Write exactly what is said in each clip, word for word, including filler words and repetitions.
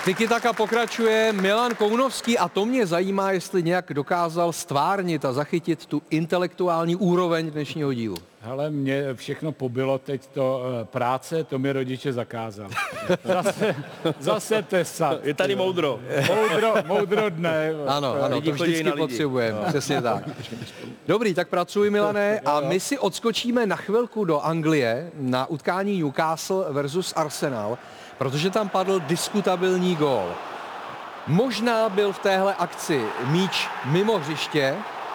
Tiki taka pokračuje Milan Kounovský a to mě zajímá, jestli nějak dokázal stvárnit a zachytit tu intelektuální úroveň dnešního dílu. Hele, mě všechno pobilo teď to uh, práce, to mi rodiče zakázali. Zase, zase tesat. Je tady moudro. Moudro, moudro dne. Ano, ano, to vždycky potřebujeme, no. Přesně tak. Dobrý, tak pracuji, Milane, a my si odskočíme na chvilku do Anglie na utkání Newcastle versus Arsenal, protože tam padl diskutabilní gól. Možná byl v téhle akci míč mimo hřiště,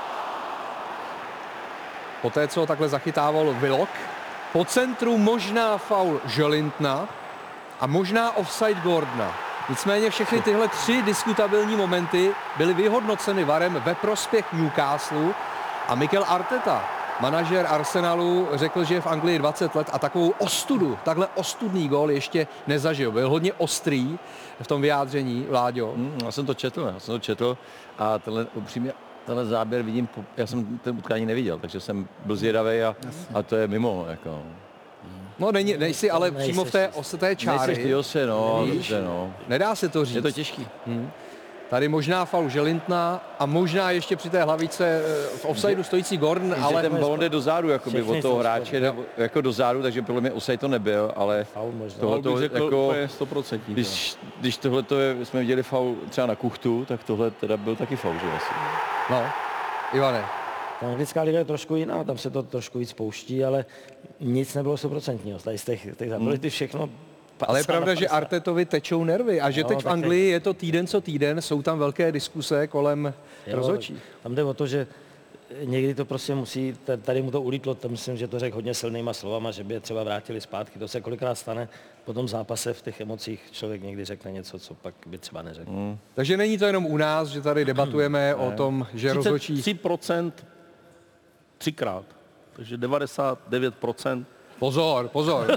poté, co ho takhle zachytával Willock. Po centru možná faul Jolintna a možná offside Gordona. Nicméně všechny tyhle tři diskutabilní momenty byly vyhodnoceny varem ve prospěch Newcastle a Mikel Arteta, manažer Arsenalu, řekl, že je v Anglii dvacet let a takovou ostudu, takhle ostudný gól ještě nezažil. Byl hodně ostrý v tom vyjádření, Vláďo. Hmm, já jsem to četl, já jsem to četl a tenhle upřímně tenhle záběr vidím, já jsem ten utkání neviděl, takže jsem byl zvědavý a, a to je mimo, jako. No není, nejsi ale nejsi přímo v té oseté čáry. Nejsi ty no, dobře, no. Nedá se to říct. Je to těžký. Hmm. Tady možná faul Jolintna a možná ještě při té hlavice v offsideu stojící Gordon, ale ale ten balon jde dozadu, jakoby od toho hráče, jako dozadu, takže podle mě offside to nebyl, ale tohle to jako sto procent. Když, když tohle jsme viděli faul třeba na Kuchtu, tak tohle teda byl taky faul, že asi. No, Ivane. Ta anglická liga je trošku jiná, tam se to trošku víc pouští, ale nic nebylo stoprocentního. Tady z těch, těch hmm. ty všechno. Ale je pravda, že Artetovi tečou nervy a že no, teď v Anglii je to týden co týden, jsou tam velké diskuse kolem rozhodčí. Tam jde o to, že někdy to prostě musí, tady mu to ulítlo, tam myslím, že to řekl hodně silnýma slovama, že by je třeba vrátili zpátky. To se kolikrát stane po tom zápase v těch emocích, člověk někdy řekne něco, co pak by třeba neřekl. Hmm. Takže není to jenom u nás, že tady debatujeme hmm. o tom, že rozhodčí... třicet tři procent třikrát, takže devadesát devět procent. Pozor, pozor.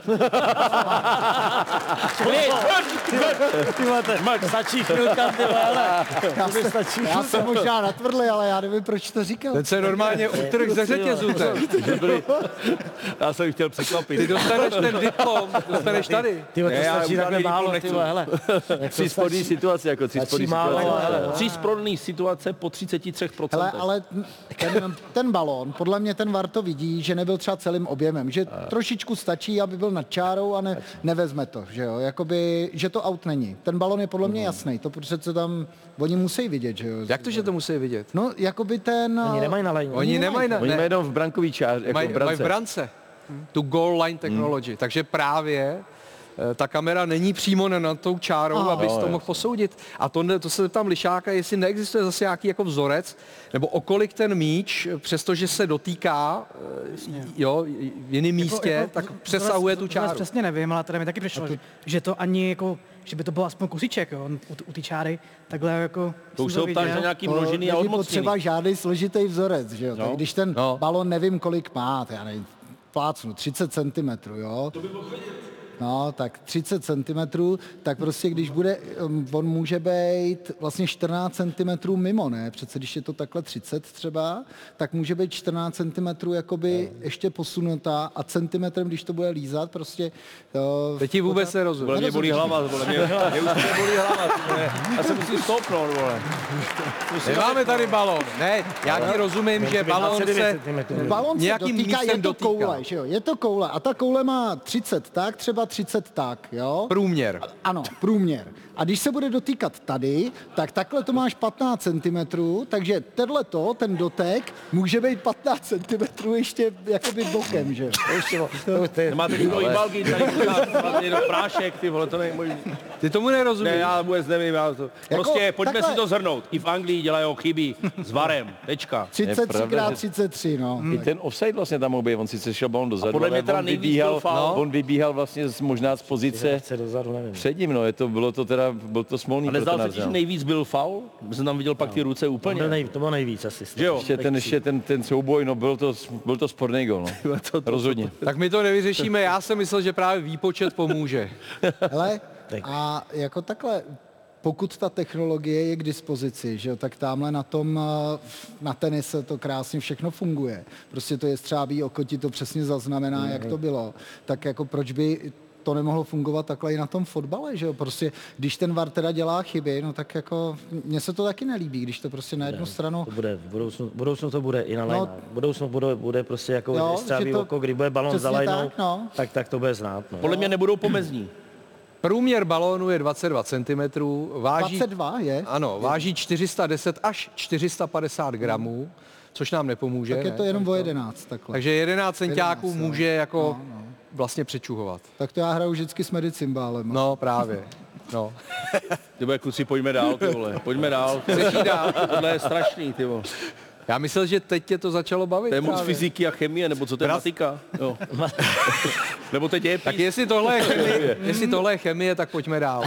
Stačí chvilka, ty vole. Já, se, já jsem možná natvrdlý, ale já nevím, proč to říkal. Ten se normálně utrh ze řetězu. Já jsem chtěl překvapit. Ty dostaneš ten diplom, dostaneš tady. Ty to stačí takhle málo, ty vole, hele. Tři spodní situace, jako tři spodní situace. Tři spodní situace po třiceti třech procentech. Hele, ale ten, ten balón, podle mě ten VAR to vidí, že nebyl třeba celým objemem, že trošičku stačí, aby byl nad čárou a ne, nevezme to, že jo, jakoby, že to aut není. Ten balon je podle mě jasný, to přece tam, oni musí vidět, že jo. Jak to, že to musí vidět? No, jakoby ten... Oni nemají na lajně. Oni nemají na... Oni mají jenom v brankový čář, jako mají, v brance. Mají v brance. Tu goal line technology. Hmm. Takže právě ta kamera není přímo nad tou čárou, oh, abys to mohl posoudit. A to, to se tam Lišáka, jestli neexistuje zase nějaký jako vzorec, nebo o kolik ten míč, přestože se dotýká jo, v jiném jako, místě, jako, tak přesahuje tu čáru. To přesně nevím, ale tady mi taky přišlo, to... že to ani jako, že by to bylo aspoň kusíček, jo, u, u té čáry, takhle jako... To už se optáš na nějaký množiny a odmocněný. Potřeba žádný složitý vzorec, že jo, no. Tak když ten no. balon nevím, kolik má, já nevím, plácnu, třicet centimetrů, jo. To by bylo vidět. No, tak třicet centimetrů, tak prostě když bude, on může být vlastně čtrnáct centimetrů mimo, ne? Přece když je to takhle třicet třeba, tak může být čtrnáct centimetrů jakoby no. ještě posunutá a centimetrem, když to bude lízat, prostě... Jo, teď ti vůbec se rozumí. Vole, mě bolí hlava, vole, mě, mě už mě bolí hlava, já se musím stoupnout, vole. Nemáme tady balón, ne, já ti rozumím, že balón se balón se dotýká, je to koule, že jo, je to koule a ta koule má třicet tak, třeba třicet tak, jo? Průměr. Ano, průměr. A když se bude dotýkat tady, tak takhle to máš patnáct centimetrů, takže tenhleto, ten dotek, může být patnáct centimetrů ještě jakoby bokem, že? Ještě, máte ty dvojí balky, tady máte jenom prášek, ty vole, to není možný. Ty tomu nerozumíš. Ne, já vůbec nevím, já to... Prostě jako, pojďme takhle... si to zhrnout. I v Anglii dělají chyby s varem, tečka. třicet tři krát třicet tři, no. I ten offside vlastně tam objev, on sice šel balon dozadu, podle mě teda on vybíhal, no. on vybíhal vlastně z, možná z pozice před ním, no, je to, bylo to teda, byl to smolný. A nezdál se ti, že nejvíc byl faul? Jsem tam viděl pak no. ty ruce úplně. To, nej, to bylo nejvíc asi. Jo, ještě ten, ještě ten, ten souboj, no, byl to, byl to sporný gol, no. to, to, rozhodně. Tak my to nevyřešíme, já jsem myslel, že právě výpočet pomůže. Hele, a jako takhle, pokud ta technologie je k dispozici, že jo, tak tamhle na tom, na tenise to krásně všechno funguje. Prostě to je střábí oko, ti to přesně zaznamená, jak to bylo. Tak jako proč by to nemohlo fungovat takhle i na tom fotbale, že jo? Prostě, když ten V A R teda dělá chyby, no tak jako, mně se to taky nelíbí, když to prostě na jednu ne, stranu... To bude, v budoucnu, v budoucnu to bude i na lajna. No, v budoucnu bude, bude prostě jako střáví oko, kdy bude balon za lajnou, tak, no. tak, tak to bude znát. No. Podle mě nebudou pomezní. Průměr balónu je dvacet dva centimetrů, váží, dvacet dva je? Ano, váží čtyři sta deset až čtyři sta padesát gramů, což nám nepomůže. Tak je to ne? jenom o jedenáct takhle. Takže jedenáct centiáků jedenáct, může jako no, no. vlastně přečuhovat. Tak to já hraju vždycky s medicymbálem. No právě. No. Ty bude, kluci, pojďme dál, ty vole. Pojďme dál. dál. Tohle je strašný, ty vole. Já myslel, že teď tě to začalo bavit. To je moc právě. fyziky a chemie, nebo co to je matika? Jo. Nebo teď je Tak jestli tohle je, chemie, jestli tohle je chemie, tak pojďme dál.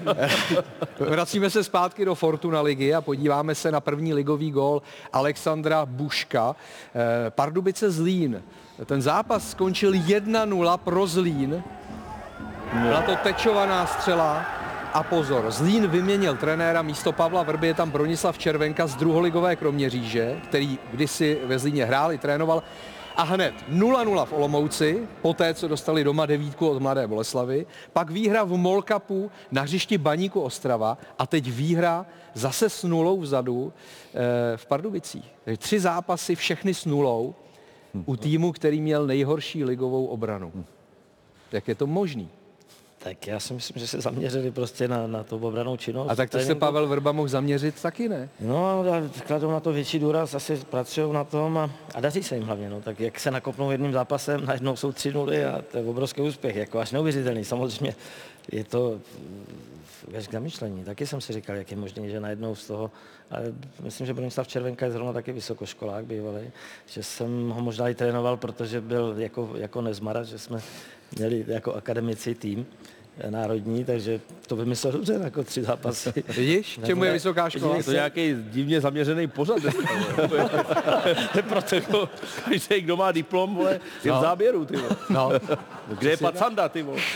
Vracíme se zpátky do Fortuna ligy a podíváme se na první ligový gól Alexandra Buška. Pardubice Zlín. Ten zápas skončil jedna nula pro Zlín. Byla to tečovaná střela. A pozor, Zlín vyměnil trenéra, místo Pavla Vrby je tam Bronislav Červenka z druholigové Kroměříže, který kdysi ve Zlíně hrál i trénoval. A hned nula nula v Olomouci, poté, co dostali doma devítku od Mladé Boleslavi, pak výhra v Mall Cupu na hřišti Baníku Ostrava a teď výhra zase s nulou vzadu e, v Pardubicích. Takže tři zápasy, všechny s nulou u týmu, který měl nejhorší ligovou obranu. Jak je to možný? Tak já si myslím, že se zaměřili prostě na, na tu obranou činnost. A tak to se Pavel Vrba mohl zaměřit taky, ne? No, kladou na to větší důraz, asi pracují na tom a, a daří se jim hlavně. No. Tak jak se nakopnou jedním zápasem, najednou jsou tři nuly a to je obrovský úspěch, jako až neuvěřitelný. Samozřejmě je to věc k zamýšlení. Taky jsem si říkal, jak je možné, že najednou z toho, ale myslím, že Bronislav Červenka je zrovna taky vysokoškolák bývalý, že jsem ho možná i trénoval, protože byl jako, jako Nezmara, že jsme měli jako akademici tým národní, takže to vymyslel dobře, jako tři zápasy. Vidíš, čemu je vysoká škola? Je to nějaký divně zaměřený pořad. To je proto, jako, když se kdo má diplom, vole, je v záběru, ty vole. No. Kde je Pacanda, ty vole?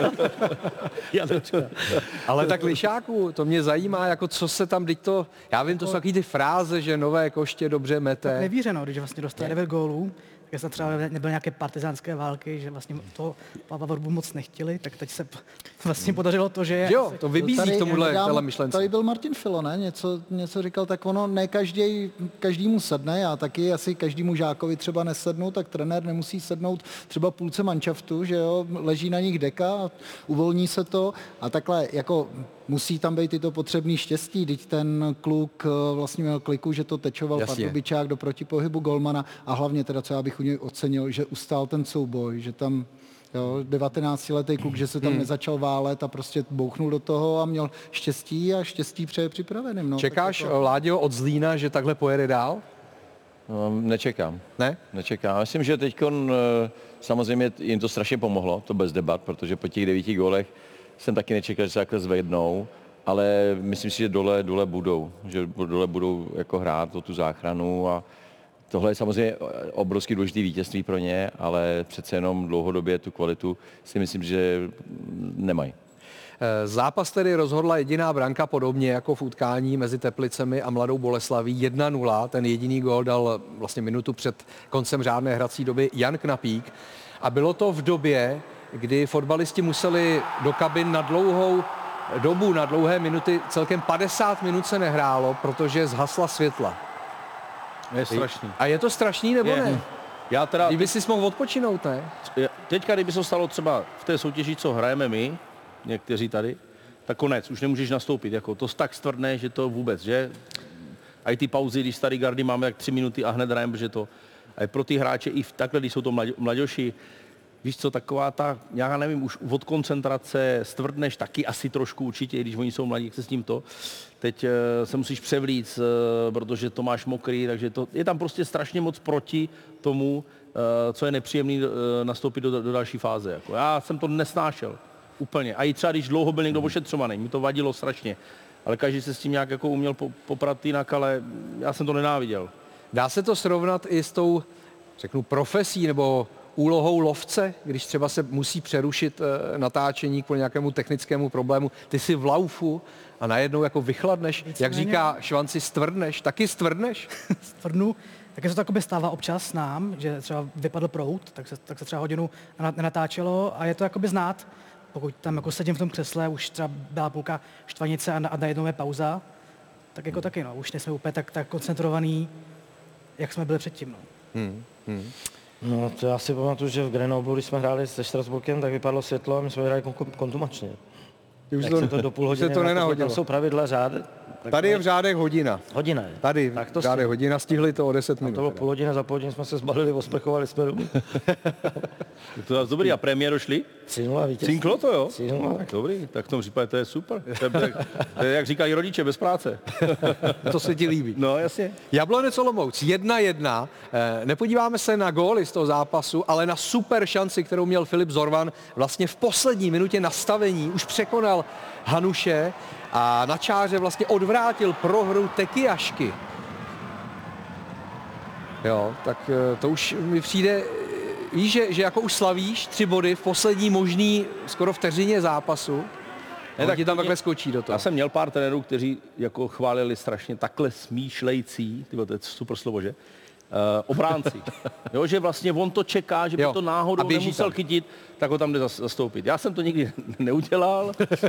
Ale tak Lišáku, to mě zajímá, jako co se tam, teď to, já vím, to jsou taky ty fráze, že nové koště dobře mete. Tak nevířeno, když vlastně dostali devět gólů, tak se třeba nebyly nějaké partizánské války, že vlastně to Pavla Vrbu moc nechtěli, tak teď se vlastně podařilo to, že... Jo, to vybízí k tomuhle dám, myšlence. Tady byl Martin Filo, ne? Něco, něco říkal, tak ono ne každý, každému sedne, já taky asi každému žákovi třeba nesednu, tak trenér nemusí sednout třeba půlce manšaftu, že jo, leží na nich deka, uvolní se to a takhle jako musí tam být i to potřebný štěstí, teď ten kluk vlastně měl kliku, že to tečoval Pardubičák do protipohybu golmana a hlavně teda, co já bych u něj ocenil, že ustál ten souboj, že tam jo, devatenáctiletý kluk, že se tam hmm. nezačal válet a prostě bouchnul do toho a měl štěstí a štěstí přeje připraveným. No. Čekáš, jako... Láďo, od Zlína, že takhle pojede dál? No, nečekám. Ne? Nečekám. Myslím, že teď samozřejmě jim to strašně pomohlo, to bez debat, protože po těch devíti gólech jsem taky nečekal, že se takhle zvednou, ale myslím si, že dole, dole budou, že dole budou jako hrát o tu záchranu a tohle je samozřejmě obrovský důležitý vítězství pro ně, ale přece jenom dlouhodobě tu kvalitu si myslím, že nemají. Zápas tedy rozhodla jediná branka, podobně jako v utkání mezi Teplicemi a Mladou Boleslaví jedna nula. Ten jediný gól dal vlastně minutu před koncem řádné hrací doby Jan Knapík. A bylo to v době, kdy fotbalisti museli do kabin na dlouhou dobu, na dlouhé minuty, celkem padesát minut se nehrálo, protože zhasla světla. Je strašný. A je to strašný, nebo je. ne? Já teda... Kdyby si mohl odpočinout, ne? Teďka, kdyby se stalo třeba v té soutěži, co hrajeme my, někteří tady, tak konec, už nemůžeš nastoupit. Jako, to tak stvrdné, že to vůbec, že? A i ty pauzy, když starý gardy máme tak tři minuty a hned hrajeme, že to... A pro ty hráče i v takhle, když jsou to mladější, víš co, taková ta, já nevím, už od koncentrace stvrdneš taky asi trošku určitě, když oni jsou mladí, jak se s tím to. Teď uh, se musíš převlít, uh, protože to máš mokrý, takže to, je tam prostě strašně moc proti tomu, uh, co je nepříjemný uh, nastoupit do, do další fáze. Jako. Já jsem to nesnášel úplně. A i třeba, když dlouho byl někdo ošetřovaný, mi to vadilo strašně. Ale každý se s tím nějak jako uměl poprat jinak, ale já jsem to nenáviděl. Dá se to srovnat i s tou, řeknu, profesí nebo úlohou lovce, když třeba se musí přerušit e, natáčení kvůli nějakému technickému problému. Ty si v laufu a najednou jako vychladneš, víc jak říká Švanci, stvrdneš. Taky stvrdneš? Stvrdnu. Takže se to takoby stává občas nám, že třeba vypadl proud, tak se, tak se třeba hodinu nenatáčelo a je to jakoby znát. pokud tam jako sedím v tom křesle, už třeba byla půlka štvanice a, na, a najednou je pauza, tak jako taky, no, už nejsme úplně tak, tak koncentrovaný, jak jsme byli předtím, no. Hmm. Hmm. No, to já si pamatuju, že v Grenoblu, když jsme hráli se Štrasburkem, tak vypadlo světlo a my jsme hráli kontumačně. Už to, to do půl hodiny, se to nenahodilo. Tam jsou pravidla řády. Tady je v řádech hodina. Hodina je. Tady tak to v řádech si... hodina, stihli to o deset minut. A to bylo půl hodiny, za půl hodiny jsme se zbalili, osprchovali jsme domů. To je dobrý, a premiér šli? tři nula vítěz. Cinklo to, jo? tři nula. Tak dobrý, tak v tom případě to je super. To je, to je, jak říkají rodiče, bez práce. To se ti líbí. No, jasně. Jablonec Olomouc, jedna jedna. Nepodíváme se na góly z toho zápasu, ale na super šanci, kterou měl Filip Zorvan. Vlastně v poslední minutě nastavení už překonal Hanuše a na čáře vlastně odvrátil prohru Tekiašky. Jo, tak to už mi přijde, víš, že, že jako už slavíš tři body v poslední možný skoro vteřině zápasu. Ne, tak ti tam takhle skočí do toho. Já jsem měl pár trenérů, kteří jako chválili strašně takhle smýšlející, tybo, to je super slovo, že? Uh, obránci. Jo, že vlastně on to čeká, že by jo, to náhodou nemusel tam chytit, tak ho tam jde zastoupit. Já jsem to nikdy neudělal,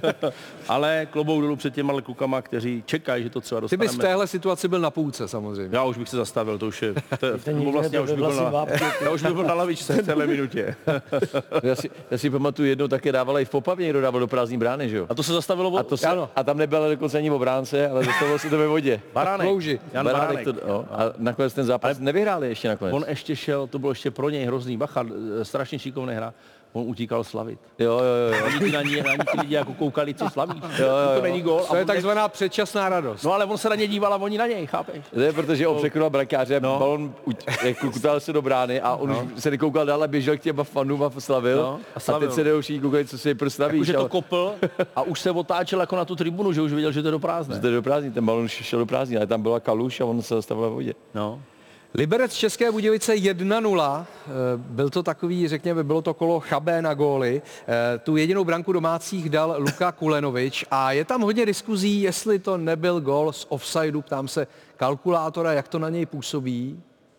ale klobouk dolů před těma klukama, kteří čekají, že to třeba dostaneme. Ty bys v téhle situaci byl na půlce samozřejmě. Já už bych se zastavil, to už je, to, to vlastně, já už bych byl na, já už bych byl na lavičce v celé minutě. já, si, já si pamatuju, jednou také dával i v Popavě, někdo dával do prázdní brány, že jo? A to se zastavilo vo... a, to se, a tam nebyl dokonce ani v obránce, ale zastavilo se to ve vodě. Baránek. Jan Baránek. To, no, a nakonec ten zápas nevyhráli ještě nakonec. On ještě šel, to bylo ještě pro něj hrozný bacha, strašně šikovný hra. On utíkal slavit. Jo, jo, jo. Oni na ní, na ní ti lidi jako koukali, co slavíš. Jo, jo, jo. To není gól. To je takzvaná předčasná radost. No ale on se na ně díval a oni na něj, chápeš? To je, protože on překonal brankáře, no. Balon jako kutal se do brány a on no. už se nekoukal dál a běžel k těm fanům a slavil. No, a, slavil. A teď se jdou všichni koukali, co si proslavíš. Jako, že to kopl a už se otáčel jako na tu tribunu, že už viděl, že to je do prázdné. Že to je do prázdní, ten balon šel do prázdní, ale tam byla kaluž a on se zastavil v vodě. No. Liberec České Budějovice jedna nula, byl to takový, řekněme, bylo to kolo chabé na góly. Tu jedinou branku domácích dal Luka Kulenovič a je tam hodně diskuzí, jestli to nebyl gól z offsideu, ptám se kalkulátora, jak to na něj působí.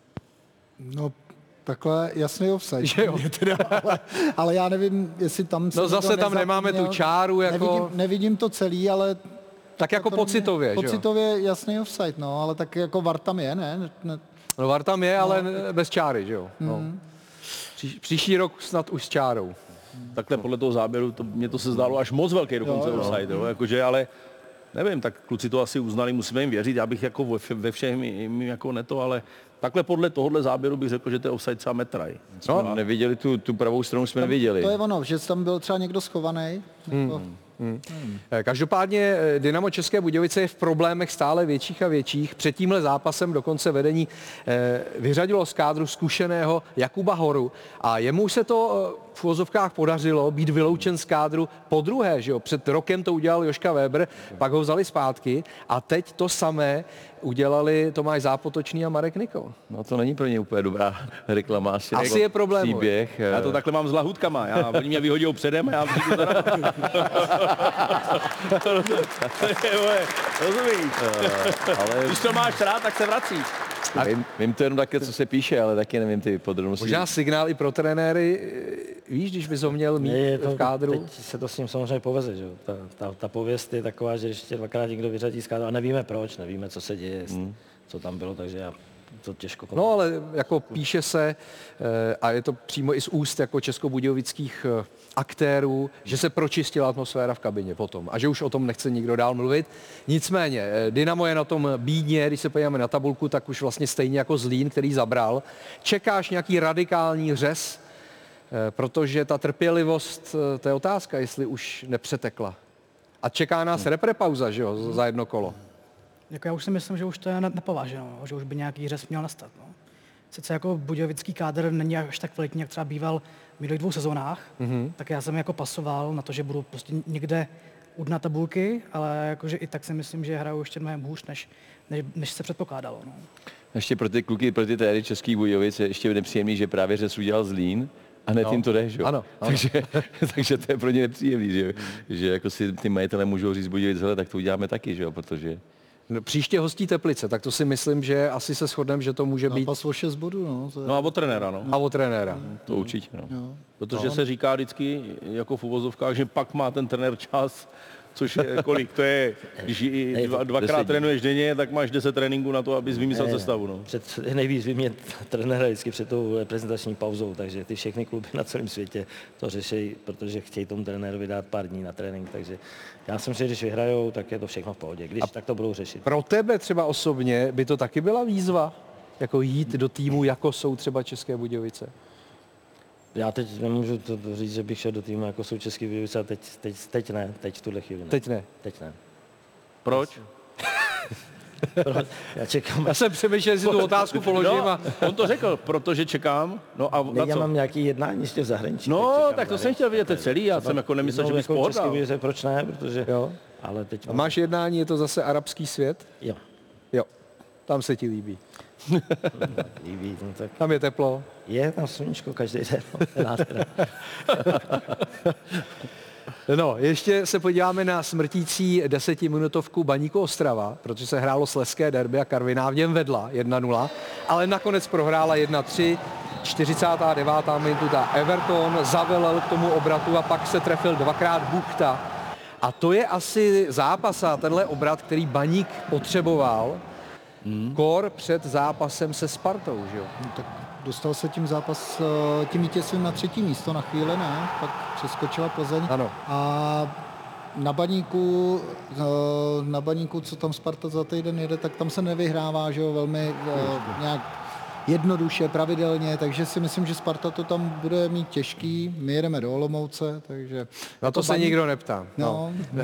No, takhle jasný offside. Že jo? Teda, ale, ale já nevím, jestli tam... No zase tam nemáme tu čáru, jako... Nevidím, nevidím to celý, ale... Tak jako pocitově, mě, Pocitově jasný offside, no, ale tak jako V A R tam je, ne? ne No V A R tam je, no. Ale bez čáry, že jo? Mm. No. Pří, příští rok snad už s čárou. Takhle podle toho záběru, to, mně to se zdálo až moc velký dokonce offside, jo, jakože, ale nevím, tak kluci to asi uznali, musíme jim věřit, já bych jako ve, ve všem jim jako neto, ale takhle podle tohohle záběru bych řekl, že to je offside třeba metraj. No, neviděli tu, tu pravou stranu, jsme tam, neviděli. To je ono, že tam byl třeba někdo schovaný. Hmm. Jako... Hmm. Hmm. Každopádně Dynamo České Budějovice je v problémech stále větších a větších. Před tímhle zápasem dokonce vedení eh, vyřadilo z kádru zkušeného Jakuba Horu a jemu se to eh, v uvozovkách podařilo být vyloučen z kádru po druhé, že jo? Před rokem to udělal Joška Weber, pak ho vzali zpátky a teď to samé udělali Tomáš Zápotočný a Marek Nikol. No to není pro ně úplně dobrá reklama. Asi, asi je problém. Příběh. Já to takhle mám s lahůdkama. Já, oni mě vyhodí předem a já přijdu teda. Rozumíš? Ale... Když to máš rád, tak se vracíš. A vím, vím to jenom také, co se píše, ale taky nevím ty podrobnosti. Možná signál i pro trenéry, víš, když bys ho měl mít je, to, v kádru. Teď se to s ním samozřejmě poveze, že? Ta, ta, ta pověst je taková, že ještě dvakrát někdo vyřadí z kádru a nevíme proč, nevíme, co se děje, hmm. co tam bylo, takže já to těžko komentovat. No ale jako píše se, a je to přímo i z úst jako českobudějovických aktérů, že se pročistila atmosféra v kabině potom a že už o tom nechce nikdo dál mluvit. Nicméně, Dynamo je na tom bídně, když se podíváme na tabulku, tak už vlastně stejně jako Zlín, který zabral. Čekáš nějaký radikální řez, protože ta trpělivost, to je otázka, jestli už nepřetekla. A čeká nás hmm. reprepauza, že jo, za jedno kolo. Jako já už si myslím, že už to je nepováženo, že už by nějaký řez měl nastat. No. Sice jako budějovický kádr není až tak kvalitní, jak třeba býval v minulých dvou sezónách, mm-hmm. tak já jsem jako pasoval na to, že budu prostě někde u dna tabulky, ale jakože i tak si myslím, že hraju ještě mnohem hůř, než, než, než se předpokládalo. No. Ještě pro ty kluky, pro ty téry Českých Budějovic je ještě nepříjemný, že právě řez udělal Zlín a hned no. jim to jde, že? Ano, ano. Takže, takže to je pro ně nepříjemný, že, mm. že jako si ty majitele můžou říct Budějovic, hele, tak to uděláme taky, že jo, protože Příště hostí Teplice, tak to si myslím, že asi se shodneme, že to může být... Zápas o šest bodů, no. To je... No a o trenéra, no. A o trenéra. To určitě, no. Jo. Protože no. se říká vždycky, jako v uvozovkách, že pak má ten trenér čas, což je kolik, to je, když i dva, dvakrát trénuješ denně, tak máš deset tréninků na to, abys vymyslel sestavu, no. Před, nejvíc vymět trenéra vždycky před tou reprezentační pauzou, takže ty všechny kluby na celém světě to řeší, protože chtějí tomu trenérovi dát pár dní na trénink, takže já jsem si, když vyhrajou, tak je to všechno v pohodě, když a tak to budou řešit. Pro tebe třeba osobně by to taky byla výzva, jako jít do týmu, jako jsou třeba České Budějovice? Já teď nemůžu to říct, že bych šel do týmu, jako jsou České Budějovice, a teď, teď, teď ne, teď v tuhle chvíli ne. Teď ne? Teď ne. Proč? Proč? Já čekám. Já jsem přemýšlel, jestli tu otázku položím no, a... on to řekl, protože čekám. No a ne, na já co? mám nějaký jednání ještě v zahraničí. No, tak, tak to jsem chtěl vidět celý, já jsem jako nemyslel, no, že bych jako pohrdal. České Budějovice, proč ne, protože... Jo. Ale teď A máš jednání, je to zase arabský svět? Jo. Jo, tam se ti líbí. Líbí, no tak... Tam je teplo. Je tam sluníčko každý den. No, ještě se podíváme na smrtící desetiminutovku Baníku Ostrava, protože se hrálo Slezské derby a Karviná v něm vedla jedna nula, ale nakonec prohrála jedna tři, čtyřicátá devátá minuta Everton zavelel k tomu obratu a pak se trefil dvakrát Buchta. A to je asi zápas a tenhle obrat, který Baník potřeboval, hmm. kor před zápasem se Spartou, že jo? No, tak dostal se tím zápas, tím vítězstvím na třetí místo na chvíli, ne? Pak přeskočila Plzeň. Ano. A na Baníku, na Baníku, co tam Sparta za týden jede, tak tam se nevyhrává, že jo, velmi nějak jednoduše, pravidelně, takže si myslím, že Sparta to tam bude mít těžký. My jedeme do Olomouce, takže... Na to se Baník... nikdo neptá. No. no.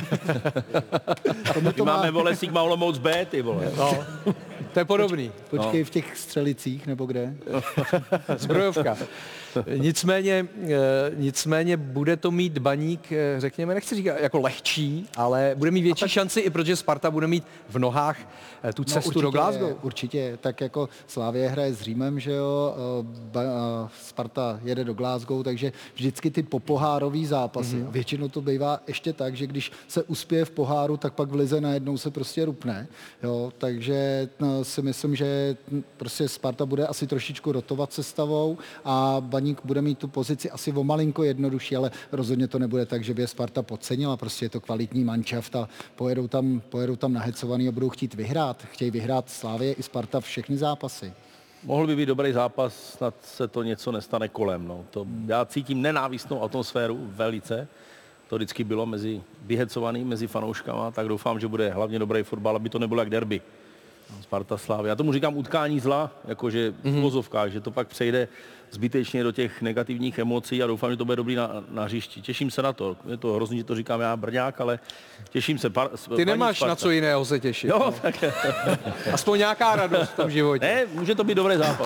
My to máme, má... vole, Sigma Olomouc B, ty vole. No. To je podobný. Počkej, no. V těch Střelicích, nebo kde? Zbrojovka. Nicméně, nicméně bude to mít Baník, řekněme, nechci říkat jako lehčí, ale bude mít větší tak... šanci, i protože Sparta bude mít v nohách tu cestu no, určitě, do Glasgow. Určitě, tak jako Slavie hraje s Římem, že jo, Sparta jede do Glasgow, takže vždycky ty popohárový zápasy. Mm-hmm. Většinou to bývá ještě tak, že když se uspěje v poháru, tak pak v lize najednou se prostě rupne. Jo, takže no, si myslím, že prostě Sparta bude asi trošičku rotovat sestavou a Baník bude mít tu pozici asi o malinko jednodušší, ale rozhodně to nebude tak, že by je Sparta podcenila. Prostě je to kvalitní manšaft a pojedou tam, pojedou tam nahecovaný a budou chtít vyhrát. Chtějí vyhrát Slavie i Sparta všechny zápasy. Mohl by být dobrý zápas, snad se to něco nestane kolem. No. To, já cítím nenávistnou atmosféru velice. To vždycky bylo mezi vyhecovaný, mezi fanouškama, tak doufám, že bude hlavně dobrý fotbal, aby to nebylo jak derby. Sparta Slavia. Já tomu říkám utkání zla, jakože v vozovkách, že to pak přejde zbytečně do těch negativních emocí a doufám, že to bude dobrý na, na hřišti. Těším se na to. Je to hrozně, že to říkám já Brňák, ale těším se. Par, Ty nemáš Sparta. Na co jiného se těšit. Jo, no. Tak... Aspoň nějaká radost v tom životě. Ne, může to být dobrý zápas.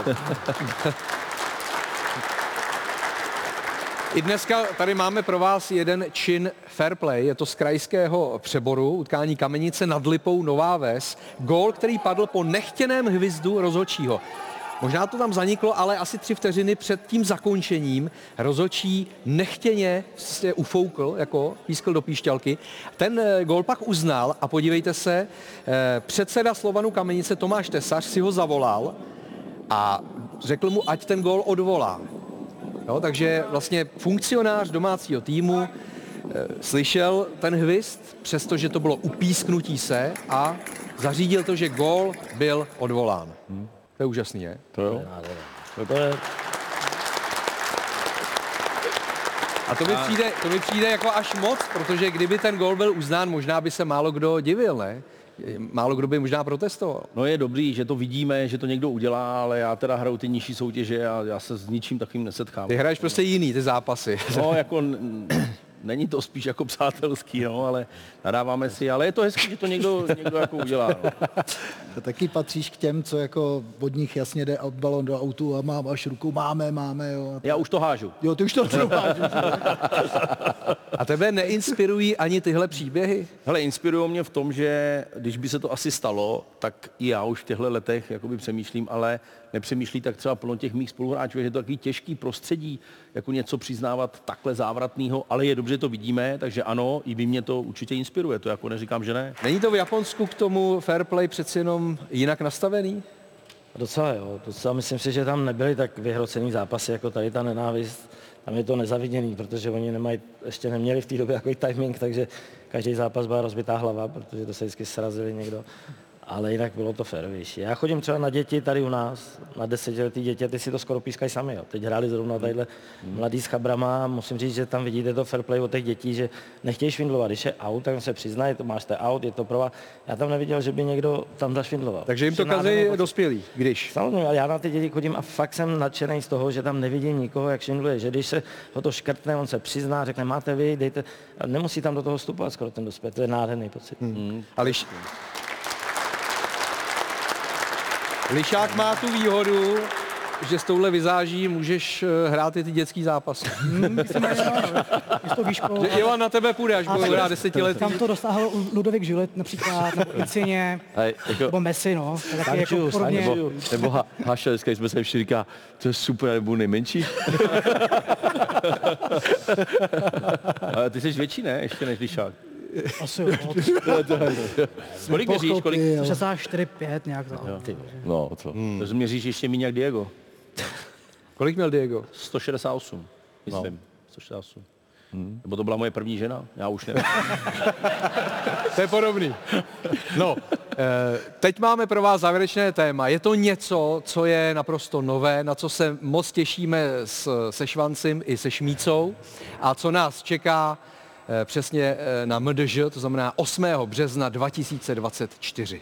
I dneska tady máme pro vás jeden čin fair play, je to z krajského přeboru, utkání Kamenice nad Lipou Nová Ves. Gól, který padl po nechtěném hvizdu rozhodčího. Možná to tam zaniklo, ale asi tři vteřiny před tím zakončením rozhodčí nechtěně se ufoukl, jako pískl do píšťalky. Ten gól pak uznal a podívejte se, předseda Slovanu Kamenice Tomáš Tesař si ho zavolal a řekl mu, ať ten gól odvolá. Jo, takže vlastně funkcionář domácího týmu e, slyšel ten hvizd, přestože to bylo upísknutí se a zařídil to, že gól byl odvolán. Hmm. To je úžasný, je? To jo. A to mi, přijde, to mi přijde jako až moc, protože kdyby ten gól byl uznán, možná by se málo kdo divil, ne? Málo kdo by možná protestoval. No je dobrý, že to vidíme, že to někdo udělá, ale já teda hraju ty nižší soutěže a já se s ničím takovým nesetkám. Ty hraješ prostě jiný, ty zápasy. No jako není to spíš jako přátelský, no, ale nadáváme si, ale je to hezký, že to někdo, někdo jako udělá. No. To taky patříš k těm, co jako od nich jasně jde balon do autu a mám až ruku, máme, máme, jo. Já už to hážu. Jo, ty už to hážu. A A tebe neinspirují ani tyhle příběhy? Hele, inspirují mě v tom, že když by se to asi stalo, tak i já už v těchto letech jakoby přemýšlím, ale nepřemýšlí tak třeba plno těch mých spoluhráčů, že je to takový těžký prostředí, jako něco přiznávat takhle závratného, ale je dobře, že to vidíme, takže ano, i by mě to určitě inspiruje, to jako neříkám, že ne. Není to v Japonsku k tomu fair play přeci jenom jinak nastavený? Docela jo, docela myslím si, že tam nebyly tak vyhrocený zápasy jako tady ta nenávist. Tam je to nezaviděný, protože oni nemají, ještě neměli v té době takový timing, takže každý zápas byla rozbitá hlava, protože to se vždycky srazili někdo. Ale jinak bylo to férovější. Já chodím třeba na děti tady u nás, na desetiletý děti, ty si to skoro pískají sami. Jo. Teď hráli zrovna tadyhle mladý s chabrama. Musím říct, že tam vidíte to fair play od těch dětí, že nechtějí švindlovat. Když je out, tak se přiznají, to máš ten out, je to pro vás. Já tam neviděl, že by někdo tam zašvindloval. Takže jim to kazí dospělí, když? Samozřejmě, ale já na ty děti chodím a fakt jsem nadšený z toho, že tam nevidím nikoho, jak švindluje. Že když se ho to škrtne, on se přizná, řekne, máte vy, dejte. A nemusí tam do toho vstupovat skoro ten dospělý. To je nádherný pocit. Hmm. Ale Lišák má tu výhodu, že s touhle vizáží můžeš hrát i ty dětský zápasy. Mm, že Ivan na tebe půjde, až bude hrát desetiletí. Tam to dosáhl Ludovík Žulet například, nebo Insigne, jako, nebo Messi, no. Taky jako podobně. Nebo, nebo ha, Haša, dneska jsme se všichni říká, to je super, nebo nejmenší. Ale ty jsi větší, ne? Ještě než Lišák. Asi jo. Kolik měříš? Kolik? šedesát čtyři pět nějak tak. No, co? Hmm. To měříš ještě méně jak Diego. Kolik měl Diego? sto šedesát osm, myslím. No. sto šedesát osm. Hmm. Nebo to byla moje první žena? Já už nevím. To je podobný. No, teď máme pro vás závěrečné téma. Je to něco, co je naprosto nové, na co se moc těšíme se Švancem i se Šmícou a co nás čeká přesně na M D Ž, to znamená osmého března dva tisíce dvacet čtyři.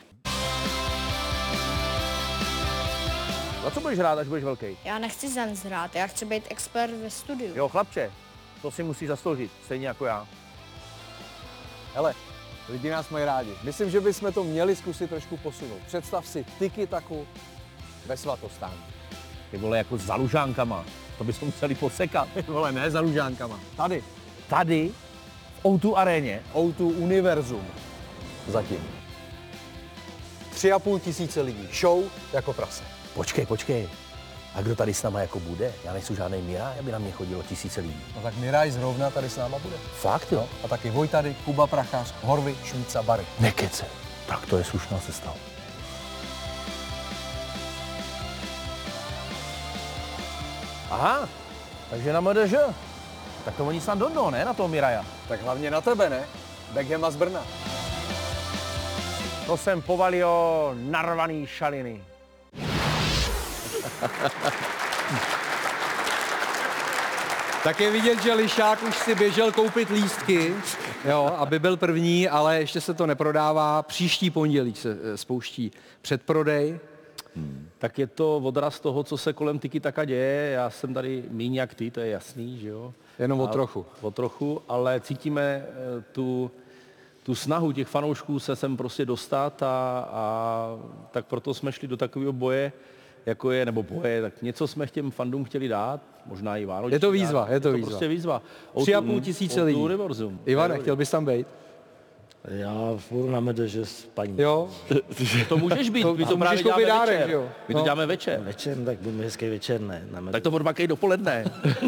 Na co budeš hrát, až budeš velký? Já nechci Zenz hrát, já chci být expert ve studiu. Jo, chlapče, to si musíš zasloužit, stejně jako já. Hele, lidi nás mají rádi. Myslím, že bychom to měli zkusit trošku posunout. Představ si tiki-taku ve Svatostánu. Ty vole, jako za lužánkama, to bychom museli posekat. Ty vole, ne za lužánkama. Tady. Tady? O dva aréně. O dva Univerzum. Zatím. Tři a půl tisíce lidí. Show jako prase. Počkej, počkej. A kdo tady s náma jako bude? Já nejsou žádnej Miraj, aby na mě chodilo tisíce lidí. No tak Miraj zrovna tady s náma bude. Fakt, jo? A taky Vojtady, Kuba Prachař, Horvy, Šmíca, Bary. Nekece. Tak to je slušná cesta. Aha, takže na M D Ž. Tak to oni snad dodnou, ne? Na toho Miraja. Tak hlavně na tebe, ne? Beckhama z Brna. To jsem povalil narvaný šaliny. Tak je vidět, že Lišák už si běžel koupit lístky, jo, aby byl první, ale ještě se to neprodává. Příští pondělí se spouští předprodej. Hmm. Tak je to odraz toho, co se kolem Tiki Taka děje. Já jsem tady míň jak ty, to je jasný, že jo? Jenom o trochu. O trochu, ale cítíme tu, tu snahu těch fanoušků se sem prostě dostat a, a tak proto jsme šli do takového boje, jako je, nebo boje, tak něco jsme těm fandům chtěli dát, možná i vánoční. Je to výzva, je to, je to výzva. prostě výzva. Tři a půl tisíce lidí. Ivane, chtěl bys tam být? Já furt na M D Ž s paní. Jo. To můžeš být, to, my to právě děláme dárek, večer. Jo? My to no. děláme večer. Večer, tak budeme hezký večer, ne. Na tak to odmakej dopoledne.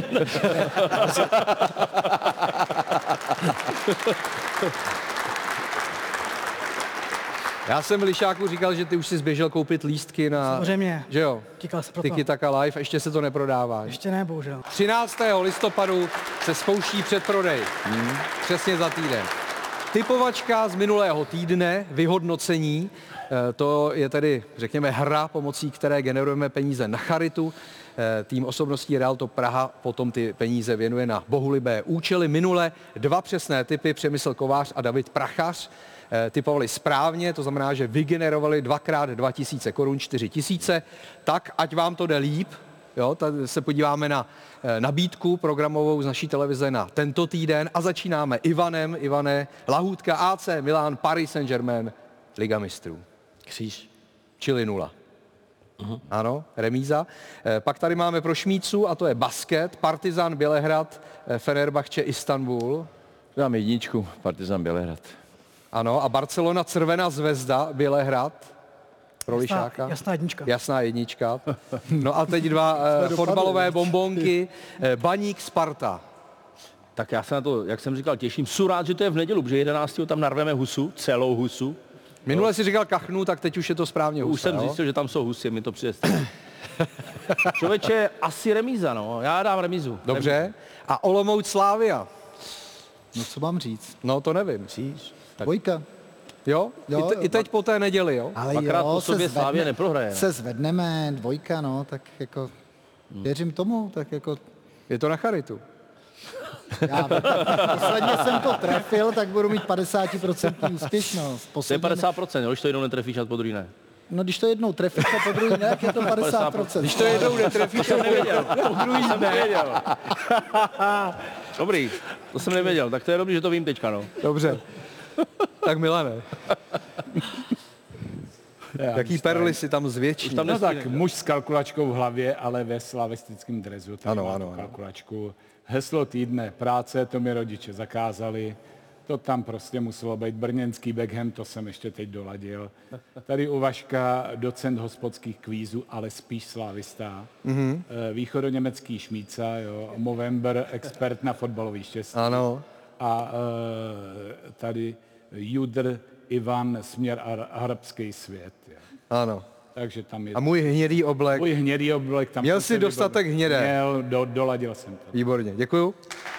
Já jsem Lišáku říkal, že ty už si zběžel koupit lístky na... Samozřejmě. Že jo? Tiki Taka Live, ještě se to neprodává. Ještě ne, bohužel. třináctého listopadu se spouští předprodej. Hmm. Přesně za týden. Typovačka z minulého týdne, vyhodnocení, to je tedy, řekněme, hra, pomocí které generujeme peníze na charitu. Tým osobností Realto Praha potom ty peníze věnuje na bohulibé účely. Minule dva přesné typy, Přemysl Kovář a David Prachař, typovali správně, to znamená, že vygenerovali dvakrát dva tisíce korun, čtyři tisíce, tak ať vám to jde líp. Jo, tady se podíváme na nabídku programovou z naší televize na tento týden a začínáme Ivanem. Ivane, lahůdka A C Milan, Paris Saint-Germain, Liga mistrů. Kříž. Čili nula. Uh-huh. Ano, remíza. Pak tady máme pro Šmícu a to je basket, Partizan Bělehrad, Fenerbahče Istanbul. Dám jedničku, Partizan Bělehrad. Ano, a Barcelona Crvená zvezda Bělehrad. Pro Lišáka. Jasná jednička. Jasná jednička. No a teď dva uh, fotbalové bombonky. Uh, Baník Sparta. Tak já se na to, jak jsem říkal, těším. Jsou rád, že to je v neděli, protože jedenáctého tam narveme husu, celou husu. Minule no. si říkal kachnu, tak teď už je to správně husa. Už jsem jo? zjistil, že tam jsou husy, mi to přijde. Člověče, asi remíza, no. Já dám remízu. Dobře. Remízu. A Olomouc Slavia. No co mám říct? No to nevím. Tak. Dvojka. Jo? Jo, I, te, I teď po té neděli, jo? Ale Dvakrát jo, po sobě se Slávě zvedne, neprohraje. Se zvedneme, dvojka, no, tak jako věřím tomu, tak jako... Je to na charitu. Já, posledně jsem to trefil, tak budu mít padesát procent úspěšnost. Posledně to je padesát procent, jo, když to jednou netrefíš a po druhý ne. No když to jednou trefíš a po druhý ne, tak je to padesát procent. Když to jednou netrefíš a po druhý ne. Dobrý, to jsem nevěděl, tak to je dobrý, že to vím teďka, no. Dobře. Tak Milane. Jaký perly si tam zvětší? No tak muž s kalkulačkou v hlavě, ale ve slavistickém dresu. Tady ano, má ano, tu ano. kalkulačku. Heslo týdne, práce, to mi rodiče zakázali. To tam prostě muselo být. Brněnský Beckham, to jsem ještě teď doladil. Tady u Vaška docent hospodských kvízů, ale spíš slávista. Mm-hmm. Východoněmecký Šmíca, jo. Movember, expert na fotbalový štěstí. Ano. A e, tady Judr Ivan, směr ar- arabský svět. Jo. Ano. Takže tam je... A můj hnědý oblek. Můj hnědý oblek tam... Měl jsi dostatek hnědé. Měl, do, doladil jsem to. Výborně, děkuju.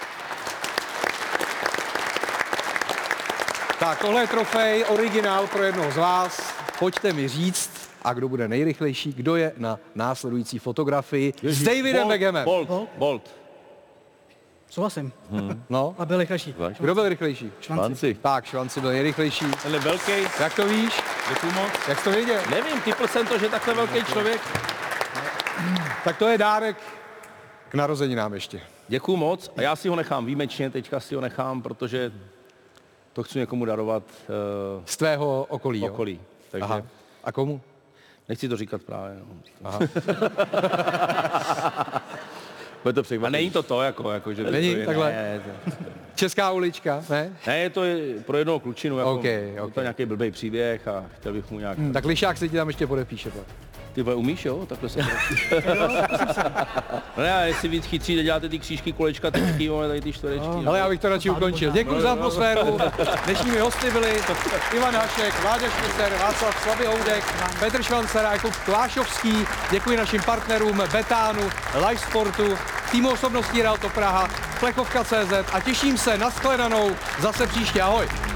Tak, tohle je trofej, originál pro jednoho z vás. Pojďte mi říct, a kdo bude nejrychlejší, kdo je na následující fotografii s Davidem Beckhamem. Bolt, Bolt. Souhlasím. Hmm. No. A byl rychlejší. Kdo byl rychlejší? Švanci. Tak, Švanci byl nejrychlejší. Ten je velký. Jak to víš? Děkuju moc. Jak jsi to věděl? Nevím, typl jsem to, že takhle velký člověk. Tak to je dárek k narozeninám ještě. Děkuju moc a já si ho nechám výjimečně, teďka si ho nechám, protože to chci někomu darovat. Uh, z tvého okolí, jo? Okolí. Takže aha. A komu? Nechci to říkat právě. No. Aha. To a není to to, jako, jako že... Není to je, takhle? Ne, to... Česká ulička, ne? Ne, je to pro jednoho klučinu, jako, okay, okay. okay. to je nějaký blbej příběh a chtěl bych mu nějak... Hmm. Tak Lišák se ti tam ještě podepíše. Tak. Ty vole, umíš, jo? Takhle se No ne, jestli víc chytří, děláte ty křížky, kolečka, tyčky, tady ty čtverečky. Oh. Ale já bych to radši ukončil. Děkuji za atmosféru. Dnešními hosty byli Ivan Hašek, Vláďa Šmicer, Václav Slavihoudek, Petr Švancer a Jakub Klášovský. Děkuji našim partnerům Betánu, Live Sportu, týmu osobností Realto Praha, Flechovka tečka cé zet a těším se na shledanou zase příště. Ahoj.